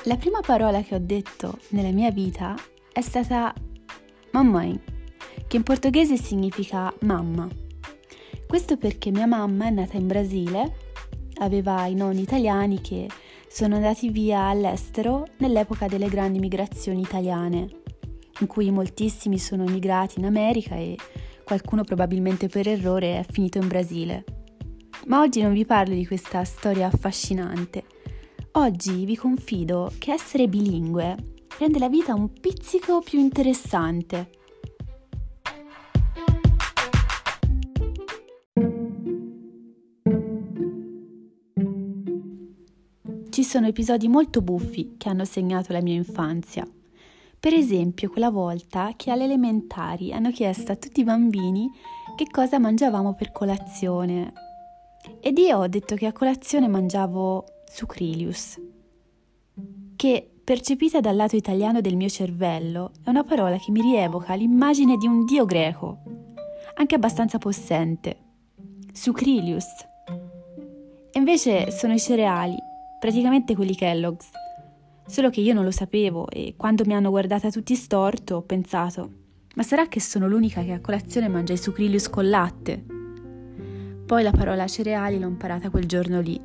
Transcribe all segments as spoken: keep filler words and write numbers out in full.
La prima parola che ho detto nella mia vita è stata mamãe, che in portoghese significa mamma. Questo perché mia mamma è nata in Brasile, aveva i nonni italiani che sono andati via all'estero nell'epoca delle grandi migrazioni italiane, in cui moltissimi sono emigrati in America e qualcuno probabilmente per errore è finito in Brasile. Ma oggi non vi parlo di questa storia affascinante. Oggi vi confido che essere bilingue rende la vita un pizzico più interessante. Ci sono episodi molto buffi che hanno segnato la mia infanzia. Per esempio, quella volta che alle elementari hanno chiesto a tutti i bambini che cosa mangiavamo per colazione. Ed io ho detto che a colazione mangiavo sucrilius, che percepita dal lato italiano del mio cervello è una parola che mi rievoca l'immagine di un dio greco, anche abbastanza possente. Sucrilius. E invece sono i cereali, praticamente quelli Kellogg's. Solo che io non lo sapevo e quando mi hanno guardata tutti storto ho pensato: ma sarà che sono l'unica che a colazione mangia i sucrilius col latte? Poi la parola cereali l'ho imparata quel giorno lì.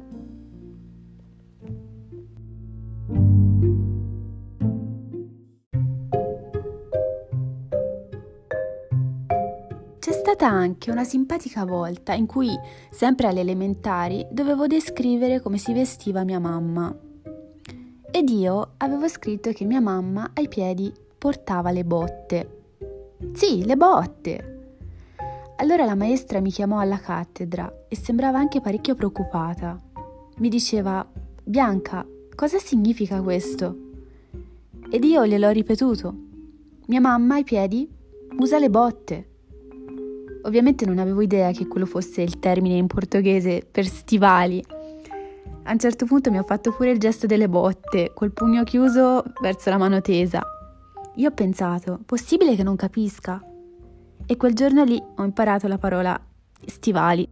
C'è stata anche una simpatica volta in cui, sempre alle elementari, dovevo descrivere come si vestiva mia mamma. Ed io avevo scritto che mia mamma ai piedi portava le botte. Sì, le botte! Allora la maestra mi chiamò alla cattedra e sembrava anche parecchio preoccupata. Mi diceva: Bianca, cosa significa questo? Ed io gliel'ho ripetuto: mia mamma ai piedi usa le botte. Ovviamente non avevo idea che quello fosse il termine in portoghese per stivali. A un certo punto mi ha fatto pure il gesto delle botte, col pugno chiuso verso la mano tesa. Io ho pensato: possibile che non capisca? E quel giorno lì ho imparato la parola stivali.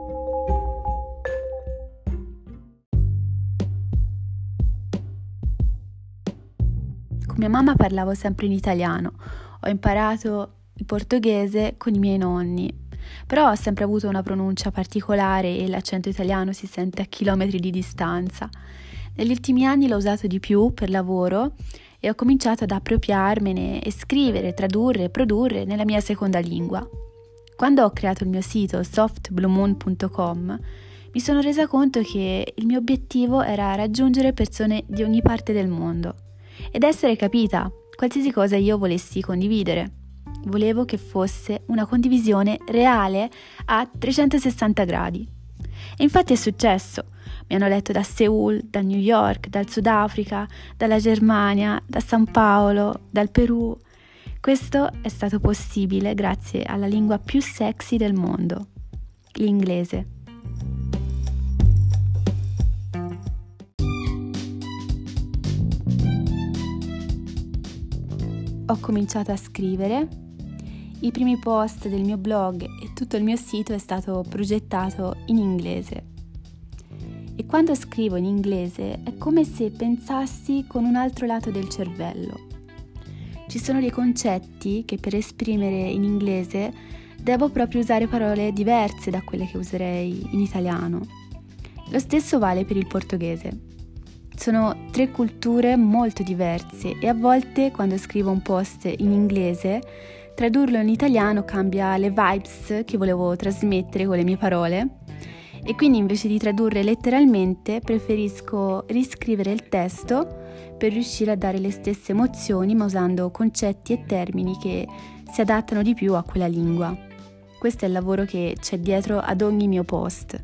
Con mia mamma parlavo sempre in italiano, ho imparato il portoghese con i miei nonni, però ho sempre avuto una pronuncia particolare e l'accento italiano si sente a chilometri di distanza. Negli ultimi anni l'ho usato di più per lavoro e ho cominciato ad appropriarmene e scrivere, tradurre e produrre nella mia seconda lingua. Quando ho creato il mio sito soft blue moon punto com mi sono resa conto che il mio obiettivo era raggiungere persone di ogni parte del mondo ed essere capita, qualsiasi cosa io volessi condividere. Volevo che fosse una condivisione reale a trecentosessanta gradi. E infatti è successo. Mi hanno letto da Seoul, da New York, dal Sudafrica, dalla Germania, da San Paolo, dal Perù. Questo è stato possibile grazie alla lingua più sexy del mondo, l'inglese. Ho cominciato a scrivere. I primi post del mio blog e tutto il mio sito è stato progettato in inglese. E quando scrivo in inglese è come se pensassi con un altro lato del cervello. Ci sono dei concetti che per esprimere in inglese devo proprio usare parole diverse da quelle che userei in italiano. Lo stesso vale per il portoghese. Sono tre culture molto diverse e a volte quando scrivo un post in inglese tradurlo in italiano cambia le vibes che volevo trasmettere con le mie parole e quindi invece di tradurre letteralmente preferisco riscrivere il testo per riuscire a dare le stesse emozioni ma usando concetti e termini che si adattano di più a quella lingua. Questo è il lavoro che c'è dietro ad ogni mio post.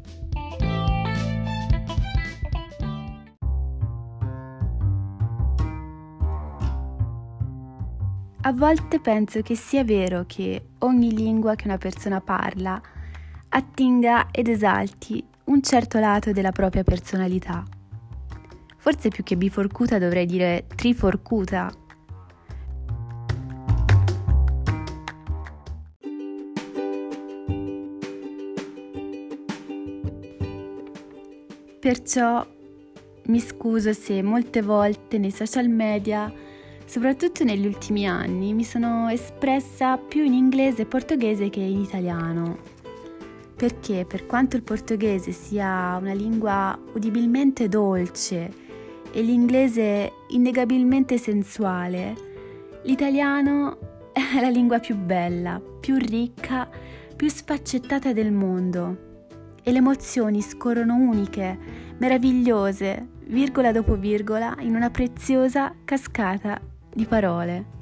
A volte penso che sia vero che ogni lingua che una persona parla attinga ed esalti un certo lato della propria personalità. Forse più che biforcuta dovrei dire triforcuta. Perciò mi scuso se molte volte nei social media, soprattutto negli ultimi anni, mi sono espressa più in inglese e portoghese che in italiano. Perché per quanto il portoghese sia una lingua udibilmente dolce e l'inglese innegabilmente sensuale, l'italiano è la lingua più bella, più ricca, più sfaccettata del mondo. E le emozioni scorrono uniche, meravigliose, virgola dopo virgola, in una preziosa cascata di parole.